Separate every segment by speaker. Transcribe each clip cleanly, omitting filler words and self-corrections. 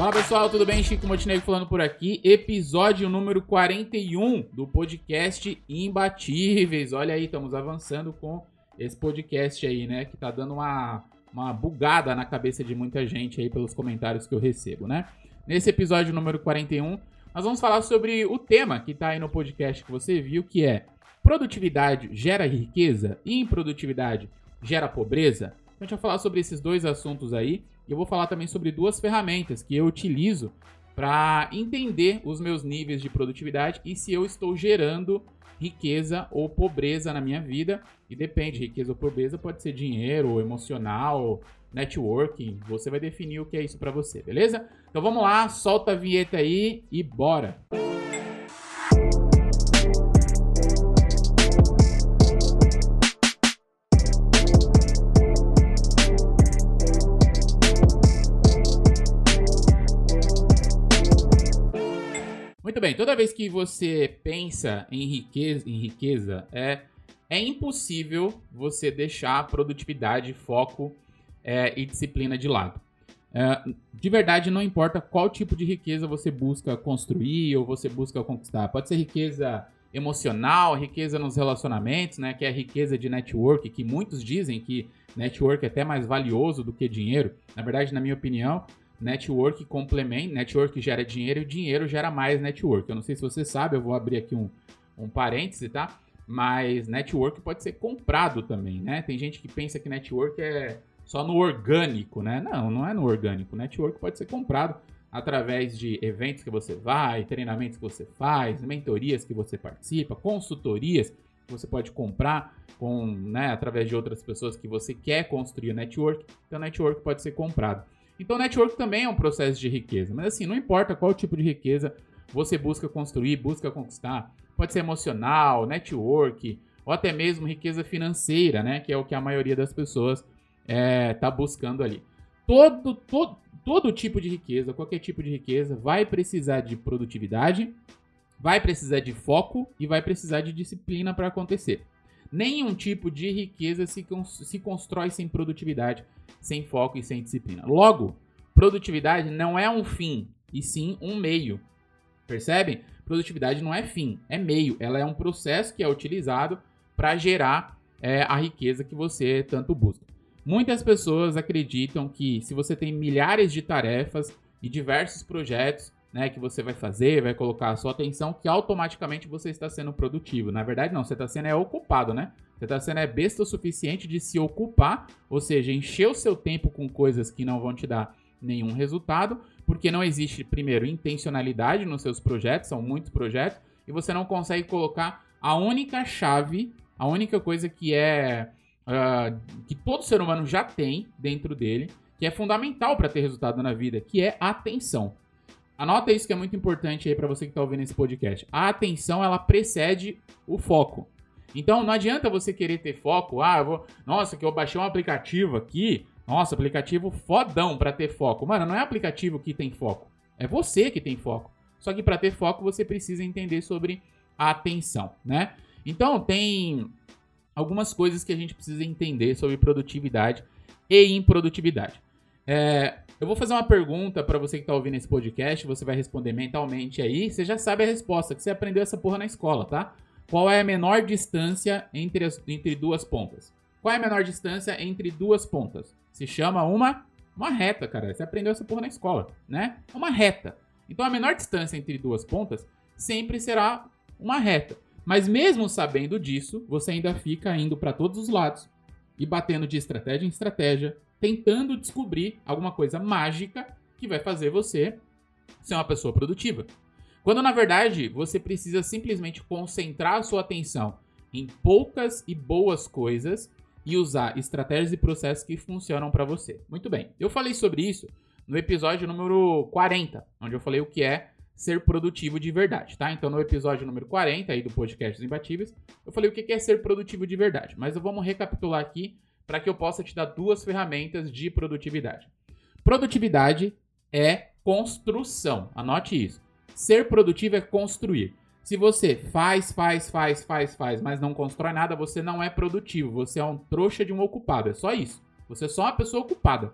Speaker 1: Fala pessoal, tudo bem? Chico Montenegro falando por aqui, episódio número 41 do podcast Imbatíveis. Olha aí, estamos avançando com esse podcast aí, né, que tá dando uma bugada na cabeça de muita gente aí pelos comentários que eu recebo, né? Nesse episódio número 41, nós vamos falar sobre o tema que tá aí no podcast que você viu, que é produtividade gera riqueza e improdutividade gera pobreza? Então a gente vai falar sobre esses dois assuntos aí. E eu vou falar também sobre duas ferramentas que eu utilizo para entender os meus níveis de produtividade e se eu estou gerando riqueza ou pobreza na minha vida. E depende, riqueza ou pobreza pode ser dinheiro, emocional, networking. Você vai definir o que é isso para você, beleza? Então vamos lá, solta a vinheta aí e bora! Muito bem, toda vez que você pensa em riqueza, é impossível você deixar produtividade, foco e disciplina de lado. De verdade, não importa qual tipo de riqueza você busca construir ou você busca conquistar. Pode ser riqueza emocional, riqueza nos relacionamentos, né, que é a riqueza de network, que muitos dizem que network é até mais valioso do que dinheiro. Na verdade, na minha opinião, network complementa, network gera dinheiro e dinheiro gera mais network. Eu não sei se você sabe, eu vou abrir aqui um parêntese, tá? Mas network pode ser comprado também, né? Tem gente que pensa que network é só no orgânico, né? Não é no orgânico. Network pode ser comprado através de eventos que você vai, treinamentos que você faz, mentorias que você participa, consultorias que você pode comprar através de outras pessoas que você quer construir o network. Então, network pode ser comprado. Então, network também é um processo de riqueza. Mas assim, não importa qual tipo de riqueza você busca construir, busca conquistar. Pode ser emocional, network, ou até mesmo riqueza financeira, né? Que é o que a maioria das pessoas tá buscando ali. Todo tipo de riqueza, qualquer tipo de riqueza, vai precisar de produtividade, vai precisar de foco e vai precisar de disciplina para acontecer. Nenhum tipo de riqueza se constrói sem produtividade, sem foco e sem disciplina. Logo, produtividade não é um fim, e sim um meio. Percebem? Produtividade não é fim, é meio. Ela é um processo que é utilizado para gerar a riqueza que você tanto busca. Muitas pessoas acreditam que se você tem milhares de tarefas e diversos projetos, né, que você vai fazer, vai colocar a sua atenção, que automaticamente você está sendo produtivo. Na verdade, não, você está sendo ocupado, né? Você está sendo besta o suficiente de se ocupar, ou seja, encher o seu tempo com coisas que não vão te dar nenhum resultado, porque não existe, primeiro, intencionalidade nos seus projetos, são muitos projetos, e você não consegue colocar a única chave, a única coisa que que todo ser humano já tem dentro dele, que é fundamental para ter resultado na vida, que é a atenção. Anota isso que é muito importante aí para você que está ouvindo esse podcast. A atenção, ela precede o foco. Então, não adianta você querer ter foco. Nossa, que eu baixei um aplicativo aqui. Nossa, aplicativo fodão para ter foco. Mano, não é aplicativo que tem foco. É você que tem foco. Só que para ter foco, você precisa entender sobre a atenção, né? Então, tem algumas coisas que a gente precisa entender sobre produtividade e improdutividade. Eu vou fazer uma pergunta para você que tá ouvindo esse podcast, você vai responder mentalmente aí, você já sabe a resposta, que você aprendeu essa porra na escola, tá? Qual é a menor distância entre duas pontas? Qual é a menor distância entre duas pontas? Se chama uma reta, cara. Você aprendeu essa porra na escola, né? Uma reta. Então a menor distância entre duas pontas sempre será uma reta. Mas mesmo sabendo disso, você ainda fica indo para todos os lados e batendo de estratégia em estratégia, tentando descobrir alguma coisa mágica que vai fazer você ser uma pessoa produtiva. Quando, na verdade, você precisa simplesmente concentrar a sua atenção em poucas e boas coisas e usar estratégias e processos que funcionam para você. Muito bem, eu falei sobre isso no episódio número 40, onde eu falei o que é ser produtivo de verdade, tá? Então, no episódio número 40 aí do podcast Dos Imbatíveis, eu falei o que é ser produtivo de verdade. Mas vamos recapitular aqui para que eu possa te dar duas ferramentas de produtividade. Produtividade é construção. Anote isso. Ser produtivo é construir. Se você faz, mas não constrói nada, você não é produtivo. Você é um trouxa de um ocupado. É só isso. Você é só uma pessoa ocupada.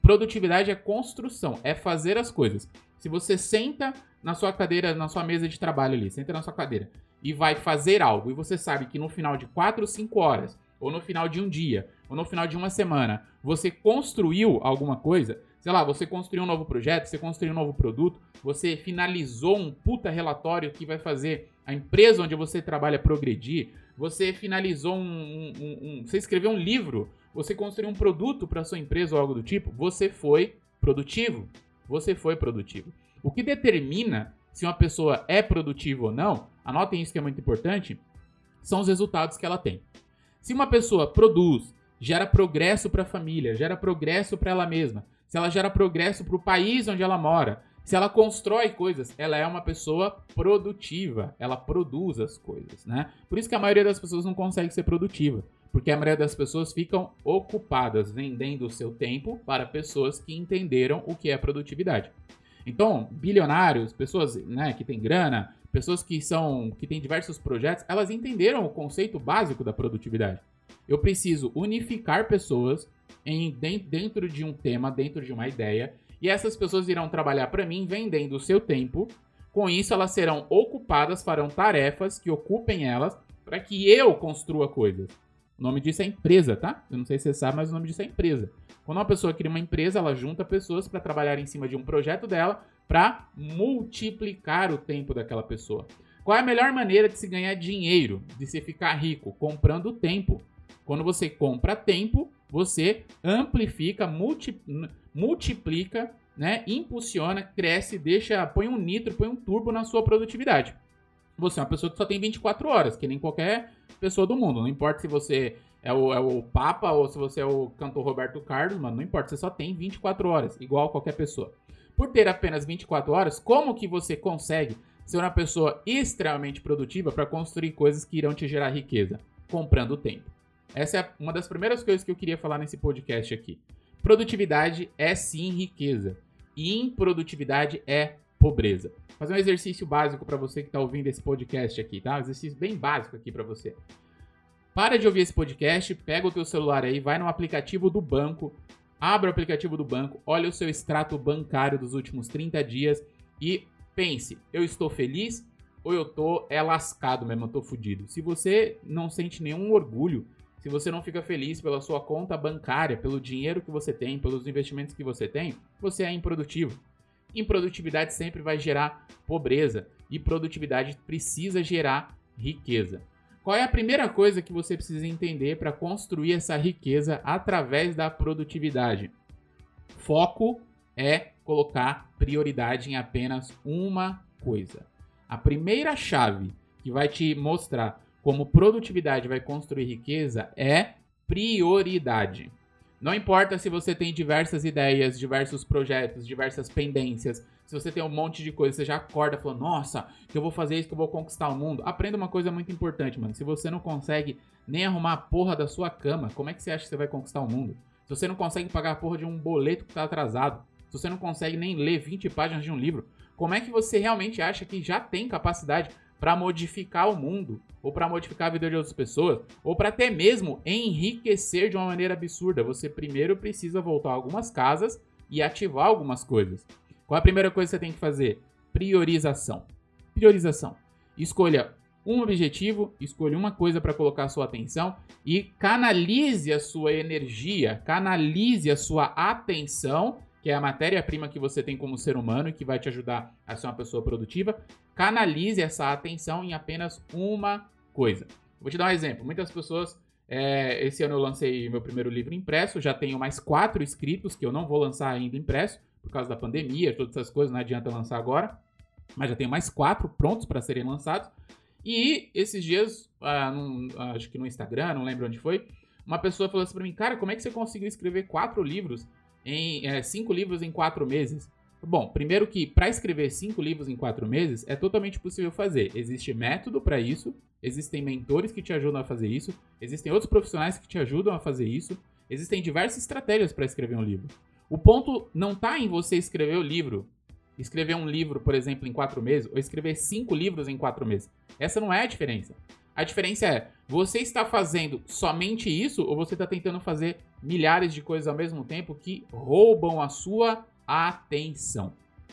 Speaker 1: Produtividade é construção, é fazer as coisas. Se você senta na sua cadeira, na sua mesa de trabalho ali, senta na sua cadeira e vai fazer algo, e você sabe que no final de 4 ou 5 horas, ou no final de um dia, ou no final de uma semana, você construiu alguma coisa, sei lá, você construiu um novo projeto, você construiu um novo produto, você finalizou um puta relatório que vai fazer a empresa onde você trabalha progredir, você finalizou você escreveu um livro, você construiu um produto para sua empresa ou algo do tipo, você foi produtivo. Você foi produtivo. O que determina se uma pessoa é produtiva ou não, anotem isso que é muito importante, são os resultados que ela tem. Se uma pessoa produz, gera progresso para a família, gera progresso para ela mesma, se ela gera progresso para o país onde ela mora, se ela constrói coisas, ela é uma pessoa produtiva, ela produz as coisas, né? Por isso que a maioria das pessoas não consegue ser produtiva, porque a maioria das pessoas ficam ocupadas vendendo o seu tempo para pessoas que entenderam o que é produtividade. Então, bilionários, pessoas, né, que têm grana, pessoas que têm diversos projetos, elas entenderam o conceito básico da produtividade. Eu preciso unificar pessoas dentro de um tema, dentro de uma ideia, e essas pessoas irão trabalhar para mim vendendo o seu tempo. Com isso, elas serão ocupadas, farão tarefas que ocupem elas para que eu construa coisas. O nome disso é empresa, tá? Eu não sei se você sabe, mas o nome disso é empresa. Quando uma pessoa cria uma empresa, ela junta pessoas para trabalhar em cima de um projeto dela para multiplicar o tempo daquela pessoa. Qual é a melhor maneira de se ganhar dinheiro, de se ficar rico? Comprando tempo. Quando você compra tempo, você amplifica, multiplica, né? Impulsiona, cresce, põe um nitro, põe um turbo na sua produtividade. Você é uma pessoa que só tem 24 horas, que nem qualquer pessoa do mundo. Não importa se você é o Papa ou se você é o cantor Roberto Carlos, mano, não importa, você só tem 24 horas, igual qualquer pessoa. Por ter apenas 24 horas, como que você consegue ser uma pessoa extremamente produtiva para construir coisas que irão te gerar riqueza? Comprando tempo. Essa é uma das primeiras coisas que eu queria falar nesse podcast aqui. Produtividade é sim riqueza. E improdutividade é pobreza. Vou fazer um exercício básico para você que está ouvindo esse podcast aqui, tá? Um exercício bem básico aqui para você. Para de ouvir esse podcast, pega o teu celular aí, vai no aplicativo do banco, abre o aplicativo do banco, olha o seu extrato bancário dos últimos 30 dias e pense, eu estou feliz ou eu tô lascado mesmo, eu tô fudido? Se você não sente nenhum orgulho, se você não fica feliz pela sua conta bancária, pelo dinheiro que você tem, pelos investimentos que você tem, você é improdutivo. Improdutividade sempre vai gerar pobreza e produtividade precisa gerar riqueza. Qual é a primeira coisa que você precisa entender para construir essa riqueza através da produtividade? Foco é colocar prioridade em apenas uma coisa. A primeira chave que vai te mostrar como produtividade vai construir riqueza é prioridade. Não importa se você tem diversas ideias, diversos projetos, diversas pendências, se você tem um monte de coisa, você já acorda falando, nossa, que eu vou fazer isso, que eu vou conquistar o mundo. Aprenda uma coisa muito importante, mano. Se você não consegue nem arrumar a porra da sua cama, como é que você acha que você vai conquistar o mundo? Se você não consegue pagar a porra de um boleto que tá atrasado, se você não consegue nem ler 20 páginas de um livro, como é que você realmente acha que já tem capacidade para modificar o mundo, ou para modificar a vida de outras pessoas, ou para até mesmo enriquecer de uma maneira absurda? Você primeiro precisa voltar a algumas casas e ativar algumas coisas. Qual é a primeira coisa que você tem que fazer? Priorização. Priorização. Escolha um objetivo, escolha uma coisa para colocar a sua atenção e canalize a sua energia, canalize a sua atenção, que é a matéria-prima que você tem como ser humano e que vai te ajudar a ser uma pessoa produtiva. Canalize essa atenção em apenas uma coisa. Vou te dar um exemplo. Muitas pessoas, esse ano eu lancei meu primeiro livro impresso, já tenho mais 4 escritos que eu não vou lançar ainda impresso, por causa da pandemia, todas essas coisas, não adianta lançar agora, mas já tenho mais 4 prontos para serem lançados. E esses dias, acho que no Instagram, não lembro onde foi, uma pessoa falou assim para mim, cara, como é que você conseguiu escrever 4 livros, 5 livros em 4 meses? Bom, primeiro que para escrever 5 livros em 4 meses é totalmente possível fazer. Existe método para isso, existem mentores que te ajudam a fazer isso, existem outros profissionais que te ajudam a fazer isso, existem diversas estratégias para escrever um livro. O ponto não está em você escrever o livro, escrever um livro, por exemplo, em 4 meses, ou escrever 5 livros em 4 meses. Essa não é a diferença. A diferença é, você está fazendo somente isso ou você está tentando fazer milhares de coisas ao mesmo tempo que roubam a sua atenção?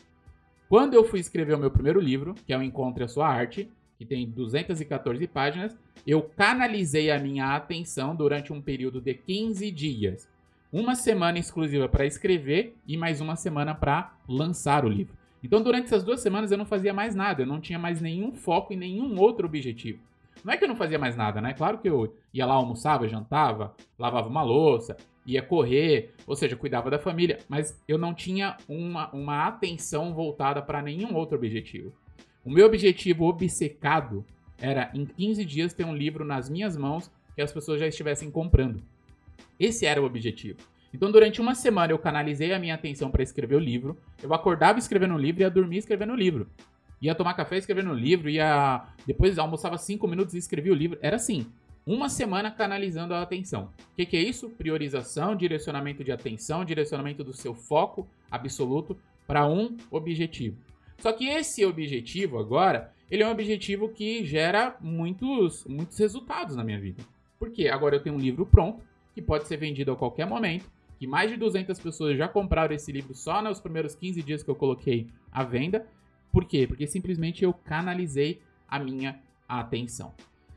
Speaker 1: Quando eu fui escrever o meu primeiro livro, que é o Encontre a Sua Arte, que tem 214 páginas, eu canalizei a minha atenção durante um período de 15 dias. Uma semana exclusiva para escrever e mais uma semana para lançar o livro. Então, durante essas 2 semanas eu não fazia mais nada, eu não tinha mais nenhum foco em nenhum outro objetivo. Não é que eu não fazia mais nada, né? Claro que eu ia lá, almoçava, jantava, lavava uma louça, ia correr, ou seja, cuidava da família, mas eu não tinha uma atenção voltada para nenhum outro objetivo. O meu objetivo obcecado era, em 15 dias, ter um livro nas minhas mãos que as pessoas já estivessem comprando. Esse era o objetivo. Então, durante uma semana, eu canalizei a minha atenção para escrever o livro, eu acordava escrevendo o livro e ia dormir escrevendo o livro. Ia tomar café escrevendo o livro, depois almoçava 5 minutos e escrevia o livro. Era assim, uma semana canalizando a atenção. O que é isso? Priorização, direcionamento de atenção, direcionamento do seu foco absoluto para um objetivo. Só que esse objetivo agora, ele é um objetivo que gera muitos resultados na minha vida. Por quê? Agora eu tenho um livro pronto, que pode ser vendido a qualquer momento, que mais de 200 pessoas já compraram esse livro só nos primeiros 15 dias que eu coloquei à venda. Por quê? Porque simplesmente eu canalizei a minha atenção.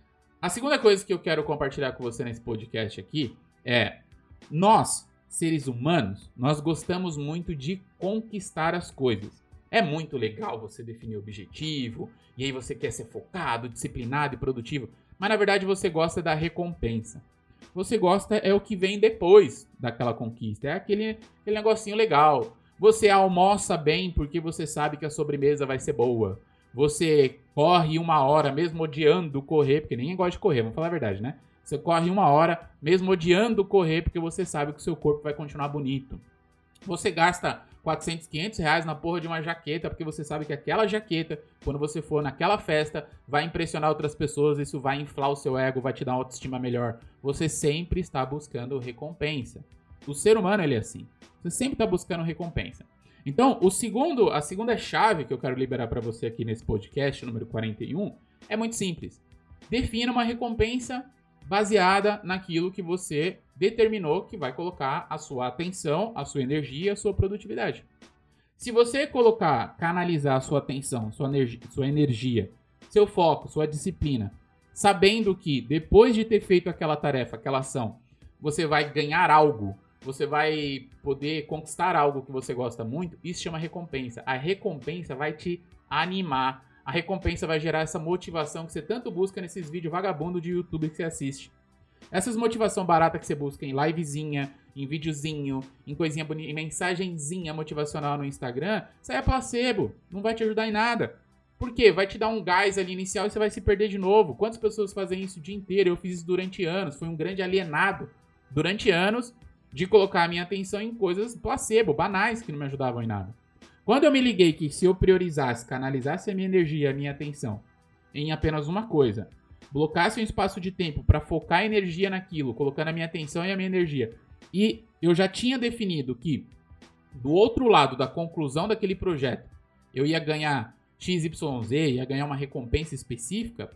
Speaker 1: A segunda coisa que eu quero compartilhar com você nesse podcast aqui é: nós, seres humanos, nós gostamos muito de conquistar as coisas. É muito legal você definir o objetivo, e aí você quer ser focado, disciplinado e produtivo, mas na verdade você gosta da recompensa. Você gosta é o que vem depois daquela conquista, é aquele negocinho legal. Você almoça bem porque você sabe que a sobremesa vai ser boa. Você corre 1 hora mesmo odiando correr, porque ninguém gosta de correr, vamos falar a verdade, né? Você corre 1 hora mesmo odiando correr porque você sabe que o seu corpo vai continuar bonito. Você gasta 400, 500 reais na porra de uma jaqueta porque você sabe que aquela jaqueta, quando você for naquela festa, vai impressionar outras pessoas, isso vai inflar o seu ego, vai te dar uma autoestima melhor. Você sempre está buscando recompensa. O ser humano, ele é assim. Você sempre está buscando recompensa. Então, a segunda chave que eu quero liberar para você aqui nesse podcast, número 41, é muito simples. Defina uma recompensa baseada naquilo que você determinou que vai colocar a sua atenção, a sua energia, a sua produtividade. Se você canalizar a sua atenção, sua energia, seu foco, sua disciplina, sabendo que depois de ter feito aquela tarefa, aquela ação, você vai ganhar algo, você vai poder conquistar algo que você gosta muito, isso chama recompensa. A recompensa vai te animar. A recompensa vai gerar essa motivação que você tanto busca nesses vídeos vagabundos de YouTube que você assiste. Essas motivação barata que você busca em livezinha, em videozinho, em coisinha bonita, em mensagenzinha motivacional no Instagram, isso aí é placebo, não vai te ajudar em nada. Por quê? Vai te dar um gás ali inicial e você vai se perder de novo. Quantas pessoas fazem isso o dia inteiro? Eu fiz isso durante anos, fui um grande alienado durante anos de colocar a minha atenção em coisas placebo, banais, que não me ajudavam em nada. Quando eu me liguei que se eu priorizasse, canalizasse a minha energia, a minha atenção em apenas uma coisa, bloqueasse um espaço de tempo para focar a energia naquilo, colocando a minha atenção e a minha energia, e eu já tinha definido que do outro lado da conclusão daquele projeto, eu ia ganhar XYZ, ia ganhar uma recompensa específica,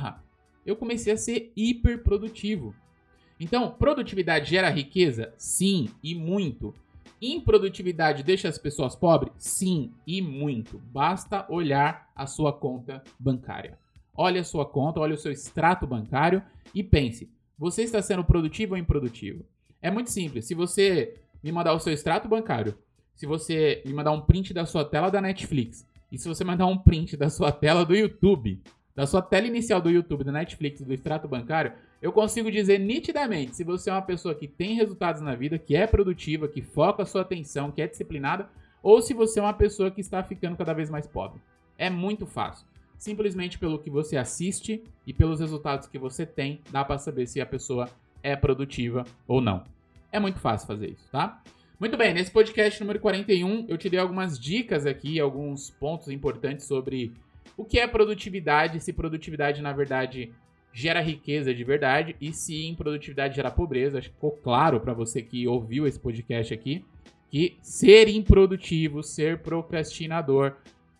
Speaker 1: eu comecei a ser hiper produtivo. Então, produtividade gera riqueza? Sim, e muito. Improdutividade deixa as pessoas pobres? Sim, e muito. Basta olhar a sua conta bancária. Olhe a sua conta, olhe o seu extrato bancário e pense, você está sendo produtivo ou improdutivo? É muito simples. Se você me mandar o seu extrato bancário, se você me mandar um print da sua tela da Netflix, e se você mandar um print da sua tela do YouTube, da sua tela inicial do YouTube, da Netflix, do extrato bancário, eu consigo dizer nitidamente se você é uma pessoa que tem resultados na vida, que é produtiva, que foca a sua atenção, que é disciplinada, ou se você é uma pessoa que está ficando cada vez mais pobre. É muito fácil. Simplesmente pelo que você assiste e pelos resultados que você tem, dá para saber se a pessoa é produtiva ou não. É muito fácil fazer isso, tá? Muito bem, nesse podcast número 41, eu te dei algumas dicas aqui, alguns pontos importantes sobre o que é produtividade, se produtividade, na verdade, gera riqueza de verdade e se improdutividade gera pobreza. Acho que ficou claro para você que ouviu esse podcast aqui que ser improdutivo, ser procrastinador,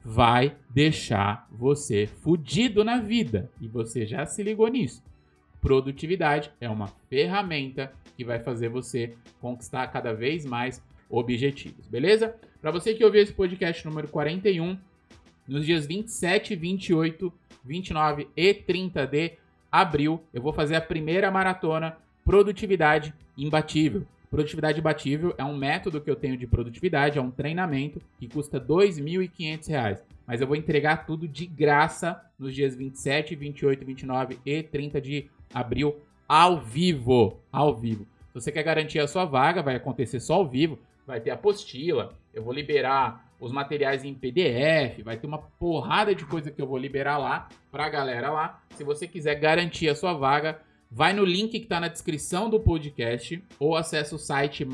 Speaker 1: vai deixar você fudido na vida. E você já se ligou nisso. Produtividade é uma ferramenta que vai fazer você conquistar cada vez mais objetivos, beleza? Para você que ouviu esse podcast número 41, nos dias 27, 28, 29 e 30 de abril, eu vou fazer a primeira maratona Produtividade Imbatível. Produtividade Imbatível é um método que eu tenho de produtividade, é um treinamento que custa R$ 2.500. Mas eu vou entregar tudo de graça nos dias 27, 28, 29 e 30 de abril, ao vivo. Ao vivo. Se você quer garantir a sua vaga, vai acontecer só ao vivo. Vai ter apostila, eu vou liberar os materiais em PDF, vai ter uma porrada de coisa que eu vou liberar lá pra galera lá. Se você quiser garantir a sua vaga, vai no link que tá na descrição do podcast ou acessa o site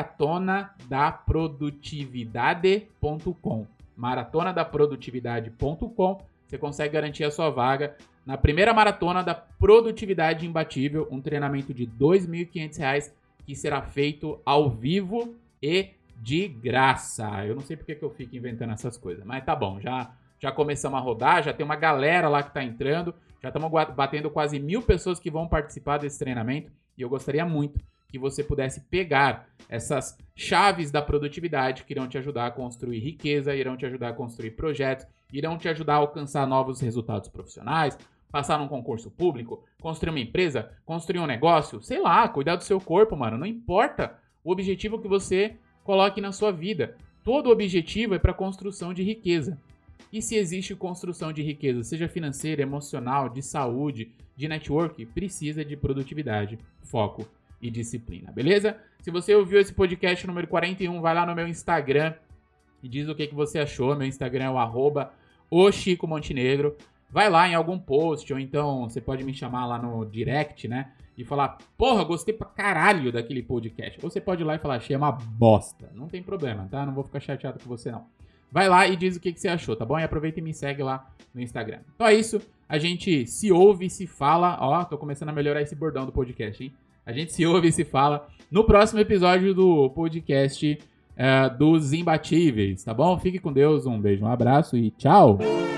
Speaker 1: maratonadaprodutividade.com. maratonadaprodutividade.com. Você consegue garantir a sua vaga na primeira maratona da Produtividade Imbatível, um treinamento de R$ 2.500 que será feito ao vivo e de graça. Eu não sei porque que eu fico inventando essas coisas, mas tá bom, já começamos a rodar, já tem uma galera lá que tá entrando, já estamos batendo quase 1.000 pessoas que vão participar desse treinamento e eu gostaria muito que você pudesse pegar essas chaves da produtividade que irão te ajudar a construir riqueza, irão te ajudar a construir projetos, irão te ajudar a alcançar novos resultados profissionais, passar num concurso público, construir uma empresa, construir um negócio, sei lá, cuidar do seu corpo, mano, não importa o objetivo que você coloque na sua vida. Todo objetivo é para construção de riqueza. E se existe construção de riqueza, seja financeira, emocional, de saúde, de network, precisa de produtividade, foco e disciplina, beleza? Se você ouviu esse podcast número 41, vai lá no meu Instagram e diz o que você achou. Meu Instagram é o @OChicoMontenegro. Vai lá em algum post, ou então você pode me chamar lá no direct, né? E falar, porra, gostei pra caralho daquele podcast. Ou você pode ir lá e falar, achei uma bosta. Não tem problema, tá? Não vou ficar chateado com você, não. Vai lá e diz o que você achou, tá bom? E aproveita e me segue lá no Instagram. Então é isso. A gente se ouve e se fala. Ó, tô começando a melhorar esse bordão do podcast, hein? A gente se ouve e se fala no próximo episódio do podcast dos Imbatíveis, tá bom? Fique com Deus, um beijo, um abraço e tchau!